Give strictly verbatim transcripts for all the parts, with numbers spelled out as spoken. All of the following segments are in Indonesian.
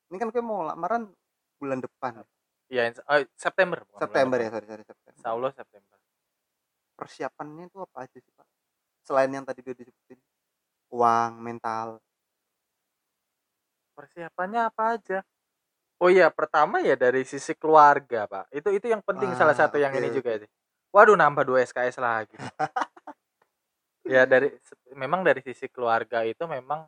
Ini kan gue mau lamaran bulan depan. Iya, ins- oh, September bukan bulan September depan. ya, sorry sorry Insya September. Allah September. Persiapannya itu apa aja sih Pak? Selain yang tadi udah disebutin, uang, mental. Persiapannya apa aja? Oh iya, pertama ya dari sisi keluarga, Pak. Itu itu yang penting, salah Wah, satu yang oke ini oke. juga sih. Waduh, nambah dua S K S lagi dong. Ya dari se- memang dari sisi keluarga itu memang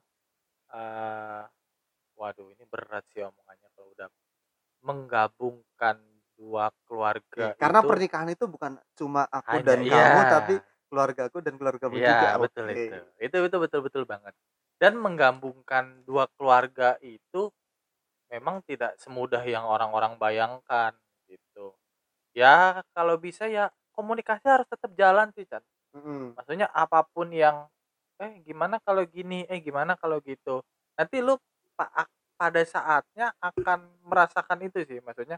eh waduh ini berat sih omongannya kalau udah menggabungkan dua Oke, keluarga karena itu pernikahan itu bukan cuma aku hanya dan iya, kamu, tapi keluargaku dan keluargamu juga. iya betul itu. Oke. Itu itu betul betul banget. Dan menggabungkan dua keluarga itu memang tidak semudah yang orang-orang bayangkan gitu. Ya kalau bisa ya komunikasi harus tetap jalan sih, Chan. Mhm. Maksudnya apapun yang, "Eh, gimana kalau gini? Eh, gimana kalau gitu?" Nanti lu pa ak pada saatnya akan merasakan itu sih, maksudnya,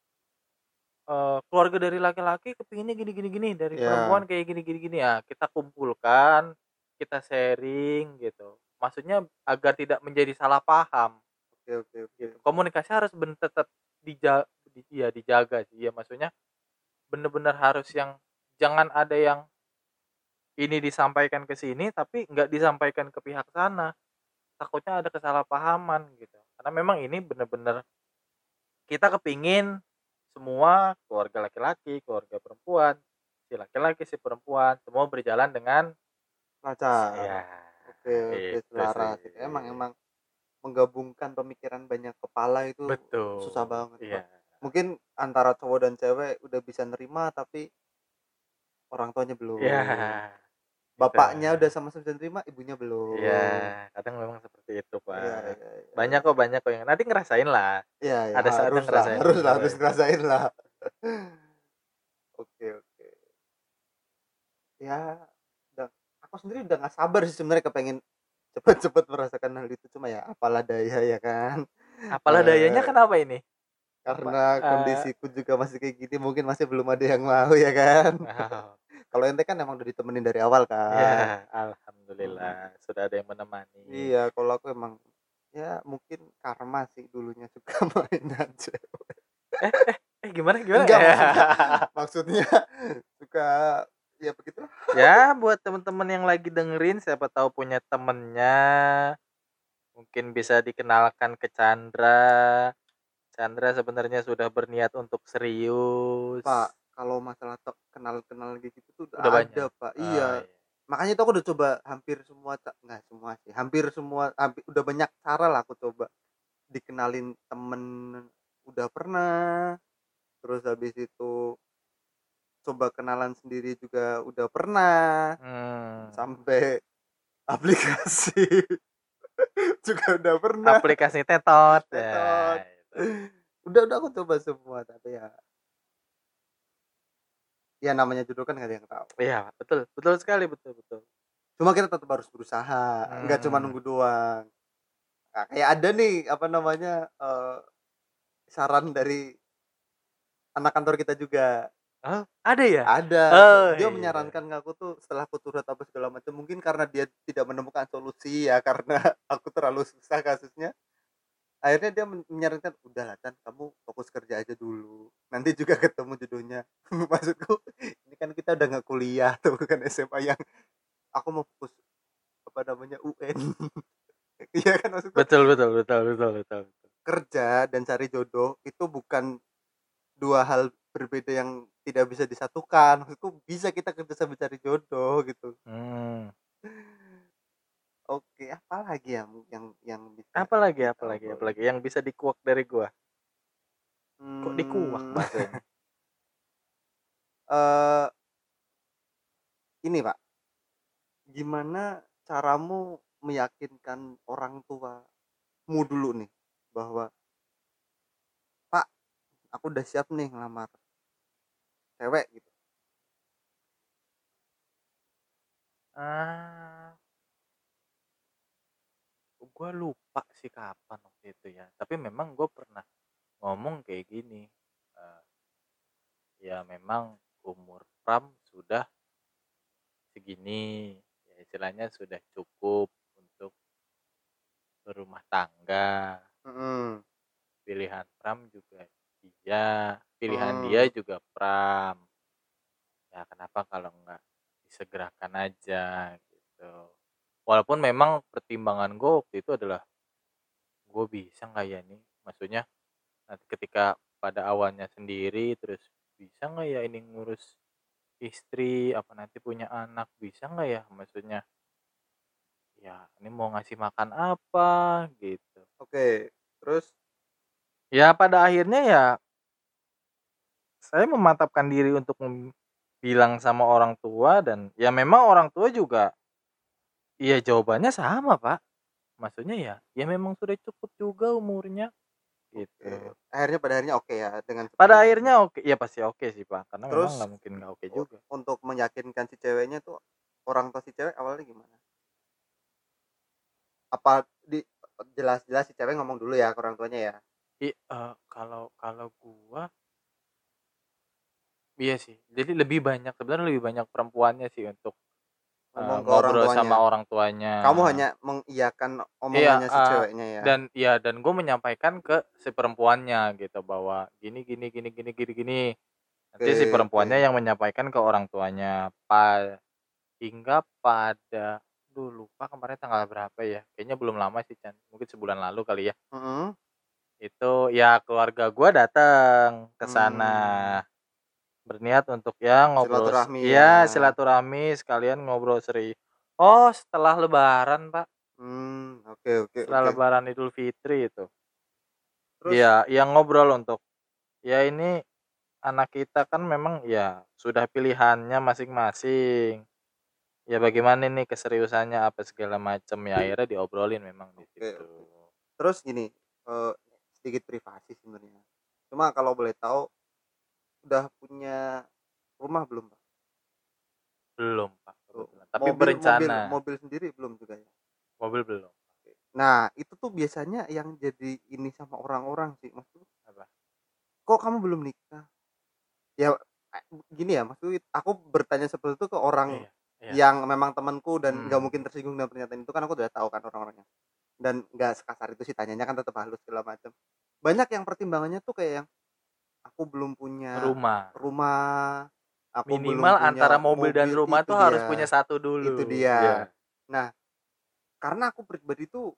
eee, keluarga dari laki-laki kepinginnya gini gini gini, dari perempuan Iya. kayak gini gini gini, ya kita kumpulkan, kita sharing gitu. Maksudnya agar tidak menjadi salah paham Oke oke oke. gitu. Komunikasi harus ben tetap dija di iya dijaga sih, ya maksudnya bener-bener harus yang jangan ada yang ini disampaikan ke sini, tapi nggak disampaikan ke pihak sana. Takutnya ada kesalahpahaman gitu. Karena memang ini bener-bener kita kepingin semua keluarga laki-laki, keluarga perempuan, si laki-laki, si perempuan, semua berjalan dengan Lancar. ya Oke oke, itu sih. selaras itu. Emang emang menggabungkan pemikiran banyak kepala itu susah Betul. banget, Pak. Iya. Mungkin antara cowok dan cewek udah bisa nerima, tapi orang tuanya Iya. belum. Itu. Bapaknya udah sama-sama bisa nerima, ibunya Iya, belum. kadang memang seperti itu, Iya Pak. iya iya Banyak iya. kok, banyak kok yang nanti ngerasain lah. Iya iya, Ada saatnya haruslah ngerasain haruslah, bener. harus ngerasain lah. Oke oke. Ya, udah aku sendiri udah nggak sabar sih sebenarnya kepengen cepet-cepet merasakan hal itu, cuma ya apalah daya ya kan. Apalah dayanya Eee, kenapa ini? Apa, karena eee, kondisiku juga masih kayak gini mungkin masih belum ada yang mau ya kan. oh, Kalau ente kan emang udah ditemenin dari awal ya kan. alhamdulillah Mhm. sudah ada yang menemani. Iya, kalau aku emang ya mungkin karma sih dulunya suka main aja. Eh eh eh, gimana gimana? Enggak maksudnya maksudnya suka ya begitulah. Ya buat teman-teman yang lagi dengerin siapa tahu punya temennya, mungkin bisa dikenalkan ke Chandra. Chandra sebenarnya sudah berniat untuk serius. Pak, kalau masalah tek kenal-kenal kayak gitu tuh udah Udah ada, banyak? Pak. Oh, Iya. iya. Makanya tuh aku udah coba hampir semua ca enggak semua sih, hampir semua hampi udah banyak cara lah aku coba. Dikenalin temen udah pernah, terus habis itu coba kenalan sendiri juga udah pernah, Mmm, sampai aplikasi juga udah pernah, aplikasi Tetot, tetot. ya itu. Udah udah aku coba semua, tapi ya ya namanya jodoh kan nggak ada yang tahu. Iya, betul betul sekali, betul betul. Cuma kita tetap harus berusaha, nggak cuma Mmm, nunggu doang. Nah, kayak ada nih, apa namanya, eee, saran dari anak kantor kita juga. oh, ada ya? Ada, se Oh, dia iya. menyarankan ke aku tuh setelah aku curhat apa segala macam, mungkin karena dia tidak menemukan solusi ya, karena aku terlalu susah kasusnya, akhirnya dia men menyarankan, "Udahlah Chan, kamu fokus kerja aja dulu, nanti juga ketemu jodohnya." Maksudku, ini kan kita udah nggak kuliah tuh, bukan S M A yang aku mau fokus, apa namanya, U N. Iya kan, maksudku Betul betul betul betul betul betul. kerja dan cari jodoh itu bukan dua hal berbeda yang tidak bisa disatukan, maksudku bisa kita kerja sambil cari jodoh gitu. Mmm, Oke, apalagi ya mu yang yang bisa apalagi kita apalagi obrolin? apalagi yang bisa dikuak dari gua? Kok dikuak Mmm, bahasanya? eee, ini Pak, gimana caramu meyakinkan orang tuamu dulu nih, bahwa, "Pak, aku udah siap nih ngelamar cewek," gitu. Ah, gua lupa sih kapan waktu itu ya, tapi memang gua pernah ngomong kayak gini, eee, ya memang umur Pram sudah segini, ya istilahnya sudah cukup untuk berumah tangga. Mhm. Pram juga iya, pilihan dia Hmm. juga Pram. Ya kenapa kalau nggak disegerakan aja gitu. Walaupun memang pertimbangan gue waktu itu adalah, gue bisa nggak ya nih, maksudnya nanti ketika pada awalnya sendiri terus bisa nggak ya ini ngurus istri, apa nanti punya anak, bisa nggak ya, maksudnya ya ini mau ngasih makan apa gitu. Oke, terus? Ya pada akhirnya ya saya memantapkan diri untuk mem bilang sama orang tua dan ya memang orang tua juga, iya jawabannya sama, Pak. Maksudnya ya, ya memang sudah cukup juga umurnya, Oke, gitu. akhirnya pada akhirnya oke ya dengan Pada seperti itu? akhirnya oke, ya pasti oke sih, Pak, karena memang Terus nggak mungkin nggak oke u juga. untuk meyakinkan si ceweknya tuh, orang tua si cewek awalnya gimana? Apa di jelas-jelas si cewek ngomong dulu ya ke orang tuanya ya? I eee, kalau kalau gua iya sih, jadi lebih banyak sebenarnya lebih banyak perempuannya sih untuk, eee, Ngomong ke orang ngobrol sama tuanya? orang tuanya. Kamu hanya mengiyakan Iya, omongannya si eee, ceweknya ya? dan iya, dan gue menyampaikan ke si perempuannya gitu bahwa gini gini gini gini gini gini. Nanti si Oke oke. perempuannya yang menyampaikan ke orang tuanya, pa hingga pada duh lupa kemarin tanggal berapa ya, kayaknya belum lama sih Chan, mungkin sebulan lalu kali ya. Mhm. Itu ya keluarga gua dateng ke sana, Mmm. berniat untuk ya ngobrol s Silaturahmi ya? iya silaturahmi sekalian ngobrol seri oh setelah lebaran, Pak. Mmm, oke oke Setelah oke. lebaran Idul Fitri itu. Terus? Iya, yang ngobrol untuk, ya ini anak kita kan memang ya sudah pilihannya masing-masing. Ya bagaimana nih keseriusannya apa segala macam, ya akhirnya diobrolin memang di Oke situ. oke. Terus gini, eee, sedikit privasi sebenarnya. Cuma kalau boleh tahu, udah punya rumah belum, Pak? Belum, Pak, Tuh, kebetulan, tapi mobil mobil berencana. mobil sendiri belum juga ya? Mobil belum. Oke. Nah, itu tuh biasanya yang jadi ini sama orang-orang sih, maksudnya, Apa? "Kok kamu belum nikah?" Ya, eee, gini ya, maksudnya aku bertanya seperti itu ke orang Iya iya. yang memang temenku dan nggak Mmm. mungkin tersinggung dengan pernyataan itu kan aku udah tahu kan orang-orangnya. Dan nggak sekasar itu sih tanyanya kan tetep halus segala macem. Banyak yang pertimbangannya tuh kayak yang, "Aku belum punya Rumah. rumah, aku belum Minimal antara punya mobil dan mobil." rumah Itu tuh harus punya dia satu itu dulu, dia. iya. Nah, karena aku pribadi tuh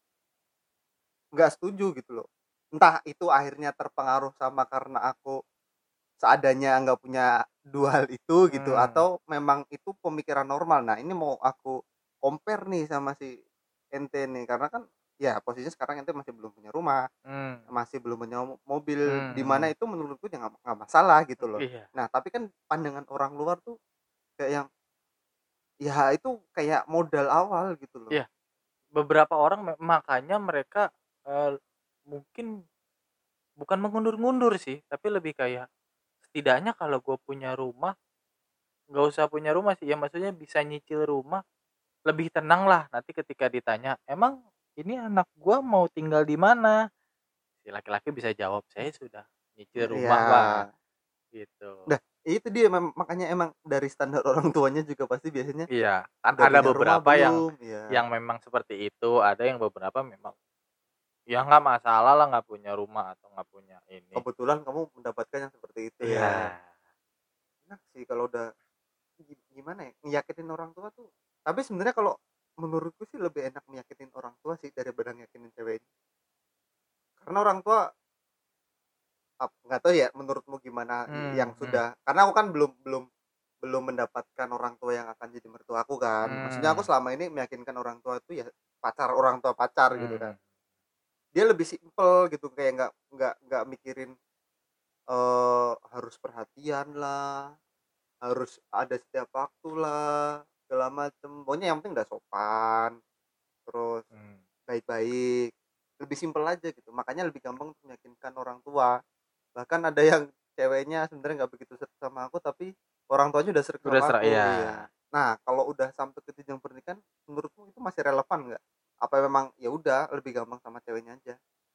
nggak setuju gitu loh. Entah itu akhirnya terpengaruh sama karena aku seadanya nggak punya dua hal itu gitu, Mmm. atau memang itu pemikiran normal. Nah, ini mau aku compare nih sama si ente nih, karena kan ya posisinya sekarang ente masih belum punya rumah, Mmm. masih belum punya mo mobil, Mmm, di mana mhm. itu menurutku ya nggak nggak masalah gitu Mmm, loh. iya. Nah, tapi kan pandangan orang luar tuh kayak yang ya itu kayak modal awal gitu loh. Iya, beberapa orang me makanya mereka, eee, mungkin bukan mengundur-ngundur sih, tapi lebih kayak setidaknya kalau gue punya rumah, nggak usah punya rumah sih, ya maksudnya bisa nyicil rumah, lebih tenang lah nanti ketika ditanya, "Emang ini anak gua mau tinggal di mana?" Si laki-laki bisa jawab, "Saya sudah Mmm, nyicil iya. rumah, Pak." Gitu. Nah, itu dia mem makanya emang dari standar orang tuanya juga pasti biasanya, Iya, kan "Udah ada punya rumah beberapa yang belum?" Iya. yang memang seperti itu, ada yang beberapa memang, ya nggak masalah lah nggak punya rumah atau nggak punya ini. Kebetulan kamu mendapatkan yang seperti itu ya. Iya. Enak sih kalau udah gi gimana ya, ngeyakinin orang tua tuh tapi sebenarnya kalau menurutku sih lebih enak meyakinin orang tua sih daripada ngeyakinin ceweknya. Karena orang tua ap nggak tahu ya menurutmu gimana y Mmm, yang mhm. sudah karena aku kan belum belum belum mendapatkan orang tua yang akan jadi mertua aku kan. Maksudnya aku Mmm. selama ini meyakinkan orang tua itu ya pacar orang tua pacar gitu kan. Mmm. Dia lebih simpel gitu kayak nggak nggak nggak mikirin, eee, harus perhatian lah, harus ada setiap waktu lah, segala macem. Pokoknya yang penting udah sopan, terus Mmm. baik-baik, lebih simpel aja gitu. Makanya lebih gampang untuk meyakinkan orang tua. Bahkan ada yang ceweknya sebenarnya nggak begitu sreg sama aku, tapi orang tuanya udah sreg Udah sama sera aku, iya. iya. Nah, kalau udah sampai ke jenjang pernikahan, menurutmu itu masih relevan nggak? Apa memang ya udah lebih gampang sama ceweknya aja?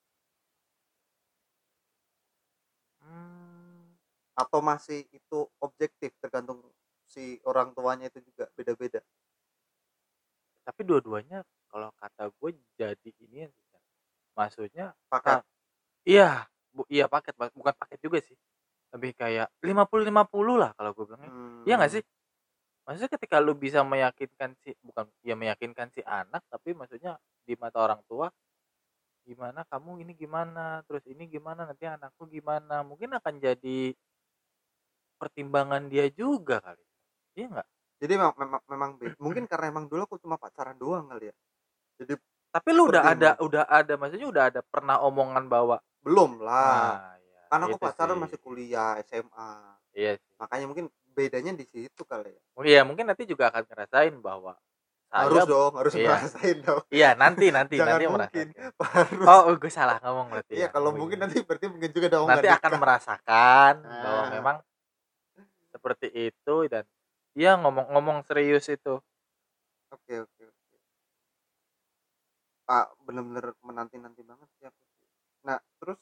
Mmm. Atau masih itu objektif tergantung si orang tuanya itu juga beda-beda? Tapi dua-duanya kalau kata gue jadi inian sih, Kak, maksudnya Paket? ka iya, bu iya paket, Pak, bukan paket juga sih, lebih kayak lima puluh lima puluh lah kalau gue bilangnya. Iya nggak Mmm. sih? Maksudnya ketika lu bisa meyakinkan si bukan ya meyakinkan si anak, tapi maksudnya di mata orang tua, gimana kamu ini gimana, terus ini gimana, nanti anakku gimana, mungkin akan jadi pertimbangan dia juga kali, iya nggak? Jadi memang memang memang be mungkin karena emang dulu aku cuma pacaran doang kali ya. Jadi Tapi lu udah seperti ada memang udah ada maksudnya udah ada pernah omongan bahwa belum lah, nah, kan ya aku itu pacaran sih. masih kuliah, S M A. Iya sih. Makanya mungkin bedanya di situ kali ya. Oh iya, mungkin nanti juga akan ngerasain bahwa Harus saya dong, harus iya ngerasain dong. iya, nanti nanti Jangan nanti mungkin, merasakan. harus. Oh, gue salah ngomong berarti Iya, ya? kalau Oh mungkin iya. nanti berarti mungkin juga dong nggak Nanti akan nikah. merasakan bahwa Nah, memang seperti itu dan iya ngomong-ngomong serius itu. oke oke oke. Pak, bener-bener menanti-nanti banget sih aku sih. Nah, terus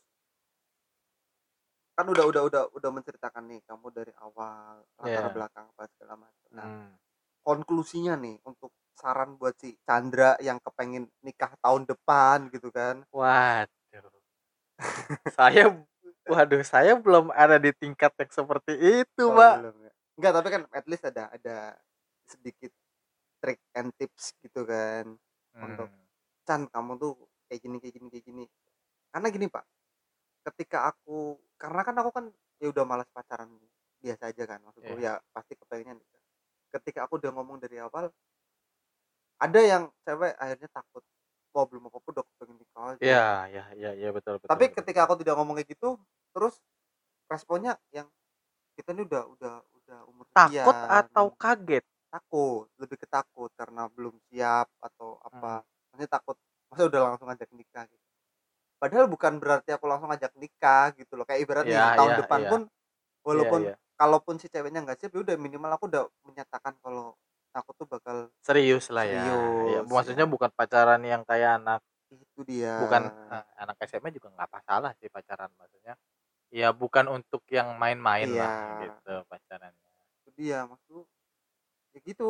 kan udah udah udah udah menceritakan nih kamu dari awal, latar Iya. belakang apa segala macam. Nah, Mmm. konklusinya nih untuk saran buat si Chandra yang kepengen nikah tahun depan gitu kan. Waduh, saya waduh saya belum ada di tingkat yang seperti itu, Oh, Mbak. belum ya? Enggak, tapi kan at least ada ada sedikit trick and tips gitu kan untuk, Mmm, "Chan, kamu tuh kayak gini kayak gini kayak gini." Karena gini, Pak, ketika aku karena kan aku kan ya udah malas pacaran biasa aja kan, maksudku iya. ya pasti kepengennya nikah. Ketika aku udah ngomong dari awal, ada yang cewek akhirnya takut, "Wah, belum apa-apa udah kepengen nikah aja." Iya iya iya iya, betul betul Tapi betul ketika betul. aku tidak ngomong kayak gitu, terus responnya yang, "Kita ini udah udah udah umur Takut sekian." atau kaget? Takut, lebih ke takut karena belum siap atau Mmm, apa, maksudnya takut, masa udah langsung ngajak nikah gitu. Padahal bukan berarti aku langsung ngajak nikah gitu loh, kayak ibarat iya nih iya tahun depan iya pun iya walaupun iya. kalaupun si ceweknya nggak siap, ya udah minimal aku udah menyatakan kalau aku tuh bakal Serius lah ya, ya serius maksudnya ya, bukan pacaran yang kayak anak itu dia. bukan, eee, anak S M A juga nggak masalah sih pacaran, maksudnya ya bukan untuk yang main-main Iya, lah gitu pacarannya. itu dia maksudku, ya gitu,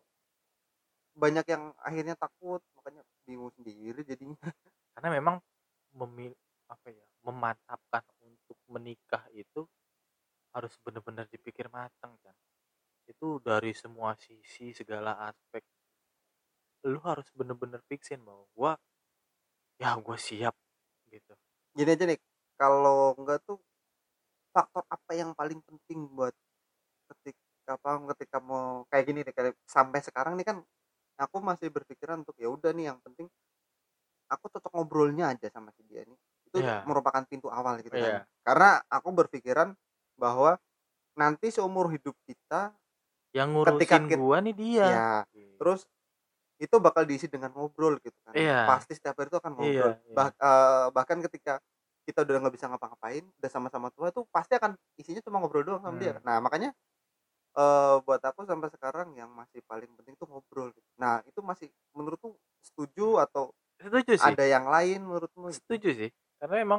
banyak yang akhirnya takut, makanya bingung sendiri jadinya. Karena memang memil apa ya, memantapkan untuk menikah itu harus benar-benar dipikir matang kan. Itu dari semua sisi, segala aspek, lu harus bener-bener fiksin bahwa gua, ya gua siap gitu. Gini aja nih, kalau enggak tuh faktor apa yang paling penting buat ketika apa, ketika mau kayak gini nih, kayak sampai sekarang nih kan aku masih berpikiran untuk ya udah nih yang penting aku cocok ngobrolnya aja sama si dia nih. Itu Iya merupakan pintu awal gitu kan. iya, Karena aku berpikiran bahwa nanti seumur hidup kita yang ketika ngurusin kit gua nih dia. ya, Gitu. terus itu bakal diisi dengan ngobrol gitu kan. Iya Pasti setiap hari itu akan iya ngobrol. iya. Bah eee, bahkan ketika kita udah nggak bisa ngapa-ngapain, udah sama-sama tua tuh pasti akan isinya cuma ngobrol doang sama dia. Mmm, Nah, makanya Eee, buat aku sampai sekarang yang masih paling penting tuh ngobrol gitu. Nah, itu masih menurutmu setuju atau setuju sih ada yang lain menurutmu gitu? setuju sih, karena emang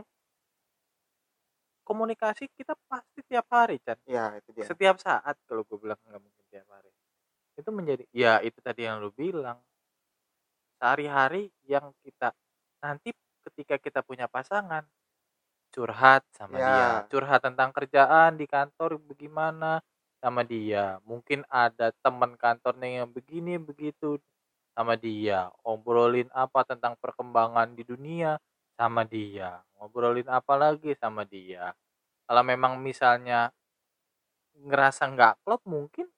komunikasi kita pasti tiap hari Chan, Iya, itu dia. setiap saat kalau gue bilang nggak mungkin tiap hari. Itu menjadi ya itu tadi yang lu bilang, sehari-hari yang kita nanti ketika kita punya pasangan, curhat sama dia, Iya, curhat tentang kerjaan di kantor bagaimana, sama dia. Mungkin ada teman kantornya yang begini begitu, sama dia. Ngobrolin apa tentang perkembangan di dunia, sama dia. Ngobrolin apa lagi, sama dia. Kalau memang misalnya ngerasa nggak klop mungkin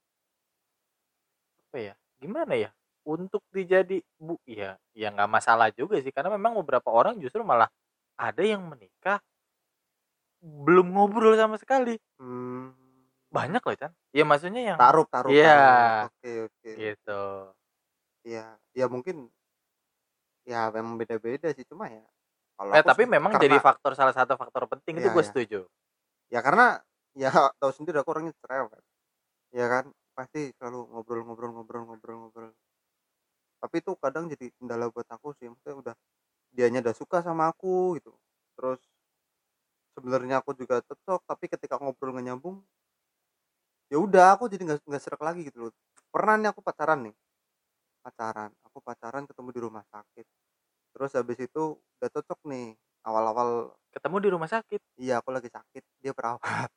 apa ya, gimana ya, untuk dijadi bu ya ya nggak masalah juga sih, karena memang beberapa orang justru malah ada yang menikah belum ngobrol sama sekali. mmm, Banyak loh, Chan. Ya maksudnya yang taruh taruh iya, taruh, oke oke gitu. oke. Iya, ya mungkin ya memang beda-beda sih, cuma ya kalau Eh, aku tapi sih memang jadi karena faktor salah satu faktor penting itu iya gue ya, setuju. ya karena ya tahu sendiri aku orangnya cerewet, ya kan, pasti selalu ngobrol ngobrol ngobrol ngobrol ngobrol. Tapi itu kadang jadi kendala buat aku sih, maksudnya udah dianya udah suka sama aku gitu, terus sebenarnya aku juga cocok, tapi ketika ngobrol nggak nyambung, ya udah aku jadi nggak nggak sreg lagi gitu loh. Pernah nih aku pacaran nih, pacaran, aku pacaran ketemu di rumah sakit, terus habis itu udah cocok nih, awal-awal Ketemu di rumah sakit? iya aku lagi sakit, dia perawat.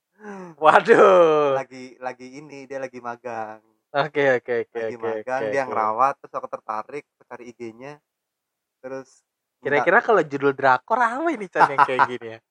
Waduh. Lagi lagi ini, dia lagi magang. Oke oke oke Lagi oke oke magang, dia oke. ngerawat, terus aku tertarik, aku cari I G-nya, terus minta Kira-kira kalau judul drakor apa ini Chan yang kayak gini ya?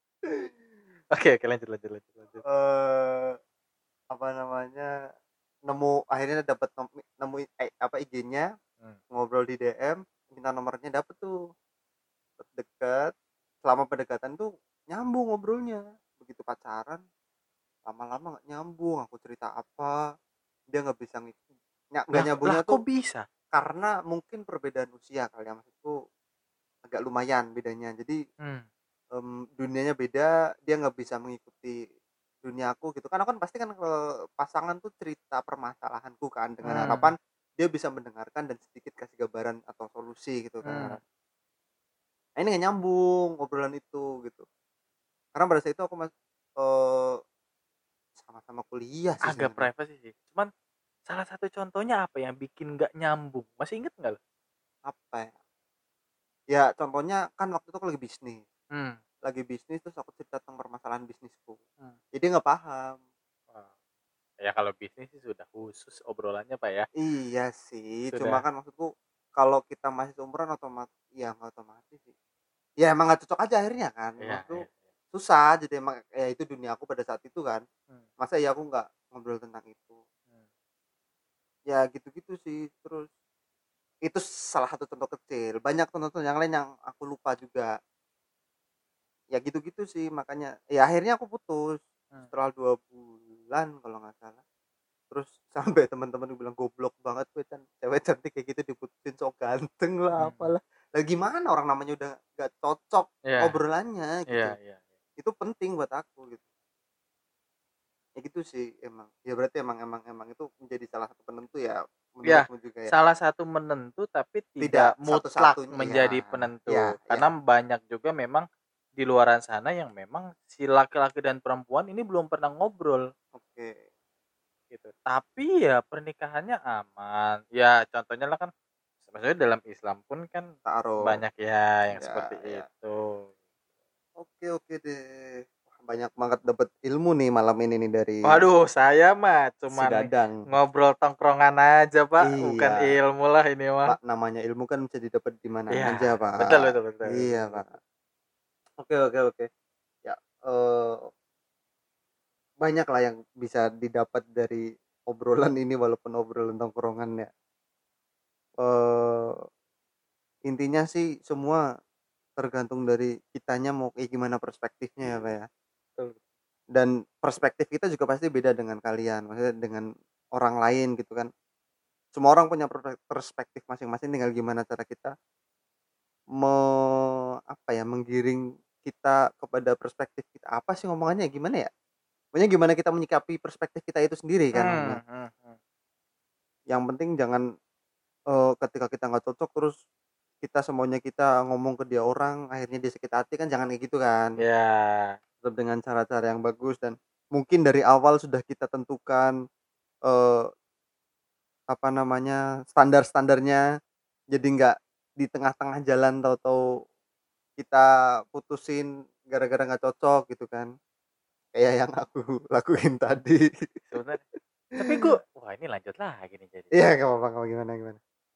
Oke oke lanjut lanjut lanjut lanjut. eee, apa namanya, nemu akhirnya dapet nom nemuin eh, apa I G-nya, Hmm. ngobrol di D M, minta nomornya, dapet tuh. Deket, selama pendekatan tuh nyambung ngobrolnya. Begitu pacaran, lama-lama nggak nyambung, aku cerita apa, dia nggak bisa ngikutin. Nya nggak Lah lah nyambungnya kok tuh bisa? karena mungkin perbedaan usia kali ya, maksudku agak lumayan bedanya. Jadi, Hmm. mmm, dunianya beda, dia nggak bisa mengikuti dunia aku gitu kan. Aku kan pasti kan kalau pasangan tuh cerita permasalahanku kan, dengan Hmm. harapan dia bisa mendengarkan dan sedikit kasih gambaran atau solusi gitu Hmm. kan. Nah ini nggak nyambung obrolan itu gitu. Karena pada saat itu aku mas eee, sama-sama kuliah sih Agak sebenarnya. privasi sih. Cuman salah satu contohnya apa yang bikin nggak nyambung? Masih inget nggak lo? Apa ya, ya contohnya kan waktu itu aku lagi bisnis. Hmm. Lagi bisnis terus aku cerita tentang permasalahan bisnisku. Hmm. Jadi nggak paham. Wah. Ya kalau bisnis sih sudah khusus obrolannya Pak ya. Iya sih, cuma Sudah. kan maksudku kalau kita masih seumuran otomatis ya nggak otomatis sih. Ya emang nggak cocok aja akhirnya kan. Iya Maksudku iya. Iya. susah jadi emang ya itu dunia aku pada saat itu kan. Hmm. Masa ya aku nggak ngobrol tentang itu. Hmm. Ya gitu-gitu sih. Terus itu salah satu contoh kecil, banyak contoh-contoh yang lain yang aku lupa juga. Ya gitu-gitu sih makanya ya akhirnya aku putus Hmm. setelah dua bulan kalau nggak salah. Terus sampai teman-teman bilang, "Goblok banget kowe Chan, cewek cantik kayak gitu diputusin sok ganteng lah, Hmm. apalah." Lah gimana orang namanya udah nggak cocok Iya obrolannya iya gitu. iya. Itu penting buat aku gitu. Ya gitu sih emang. Ya berarti emang emang emang itu menjadi salah satu penentu ya Ya, menurutmu juga ya? salah satu menentu tapi Tidak tidak mutlak satu-satunya ya. menjadi Ya penentu. ya. Karena banyak juga memang di luaran sana yang memang si laki-laki dan perempuan ini belum pernah ngobrol Oke. gitu. Tapi ya pernikahannya aman. Ya contohnya lah kan maksudnya dalam Islam pun kan Ta'aruf. banyak ya yang Ya seperti ya. itu. Oke oke deh. Wah, banyak banget dapat ilmu nih malam ini nih dari Waduh, saya mah si cuman Dadang. ngobrol tongkrongan aja, Pak, bukan Iya, ilmu lah ini mah. Pak, namanya ilmu kan bisa didapat di mana Iya, aja, betul Pak. betul betul Iya, betul Pak. betul. Oke oke oke. Ya, eee, banyak lah yang bisa didapat dari obrolan ini walaupun obrolan tongkrongan ya. Eee, intinya sih semua tergantung dari kitanya mau kayak gimana perspektifnya ya, Pak, ya. Betul. Dan perspektif kita juga pasti beda dengan kalian, maksudnya dengan orang lain gitu kan. Semua orang punya perpek perspektif masing-masing, tinggal gimana cara kita me apa ya, menggiring kita kepada perspektif kita. Apa sih ngomongannya, gimana ya? Pokoknya gimana kita menyikapi perspektif kita itu sendiri kan maksudnya. Mmm, mhm mhm. Yang penting jangan, eee, ketika kita nggak cocok terus kita semaunya kita ngomong ke dia orang, akhirnya dia sakit hati kan jangan kayak gitu kan. Iya, Tetap dengan cara-cara yang bagus dan mungkin dari awal sudah kita tentukan, eee, apa namanya, standar-standarnya, jadi nggak di tengah-tengah jalan tahu-tahu kita putusin gara-gara nggak cocok gitu kan, kayak yang aku lakuin tadi. sebenarnya tapi gua wah ini lanjut lagi nih jadinya. Iya, nggak apa-apa, nggak gimana gimana.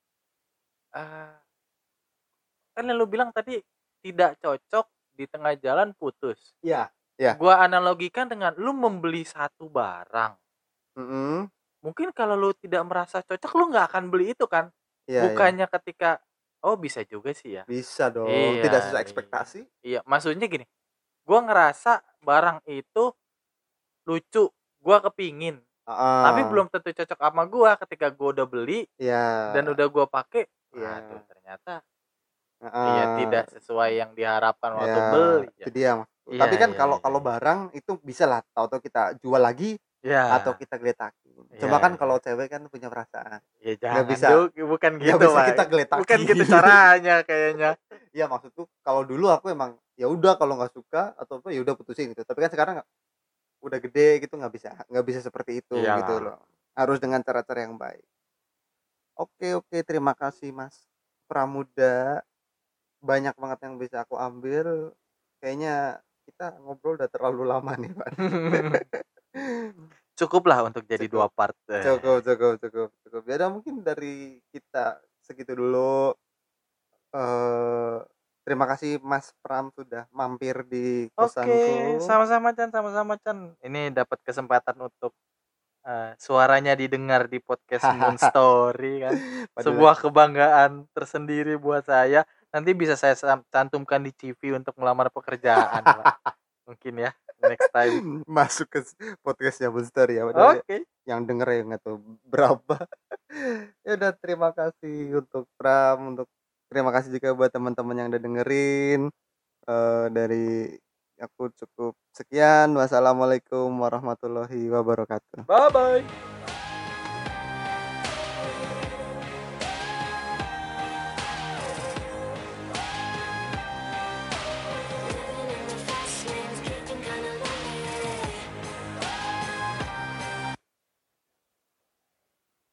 Eee, kan yang lu bilang tadi tidak cocok di tengah jalan putus. Iya iya, Gua analogikan dengan lu membeli satu barang, mhm, mungkin kalau lu tidak merasa cocok lu nggak akan beli itu kan? iya iya, Bukannya ketika, "Oh bisa juga sih ya." bisa dong, tidak Iya sesuai iya. ekspektasi. Iya, maksudnya gini, gua ngerasa barang itu lucu, gua kepingin, tapi Heeh, belum tentu cocok sama gua. Ketika gua udah beli dan iya udah gua pakai, waduh iya, ternyata iya heeh, tidak sesuai yang diharapkan iya, waktu beli itu ya. dia maksudku. Iya Tapi kan iya kalau iya kalau iya. barang itu bisalah tahu-tahu kita jual lagi atau Iya. kita geletakin. Iya Cuma kan iya. kalau cewek kan punya perasaan, Ya nggak jangan bisa juga bukan nggak gitu, bisa Pak. kita Bukan geletakin. gitu caranya kayaknya. Iya maksudku kalau dulu aku emang ya udah kalau nggak suka atau apa ya udah putusin gitu. Tapi kan sekarang udah gede gitu nggak bisa nggak bisa seperti itu gitu Iyalah. loh. Harus dengan cara-cara yang baik. Oke oke terima kasih Mas Pramuda, banyak banget yang bisa aku ambil. Kayaknya kita ngobrol udah terlalu lama nih, Pak. Cukuplah untuk jadi Cukup. dua part. Eh. Cukup cukup cukup cukup. Ya udah mungkin dari kita segitu dulu. Eee, terima kasih Mas Pram sudah mampir di Oke, kosanku. sama-sama Chan, sama-sama Chan. Ini dapat kesempatan untuk eh, suaranya didengar di podcast Moon Story kan. Padahal Sebuah kebanggaan tersendiri buat saya. Nanti bisa saya sam- cantumkan di C V untuk melamar pekerjaan, Pak. Mungkin ya, next time. masuk ke podcastnya Monster ya, padahal Oke. yang denger ya nggak tahu berapa. Ya udah terima kasih untuk Pram, untuk terima kasih juga buat teman-teman yang udah dengerin. Eh, dari aku cukup sekian. Wassalamualaikum warahmatullahi wabarakatuh. Bye bye.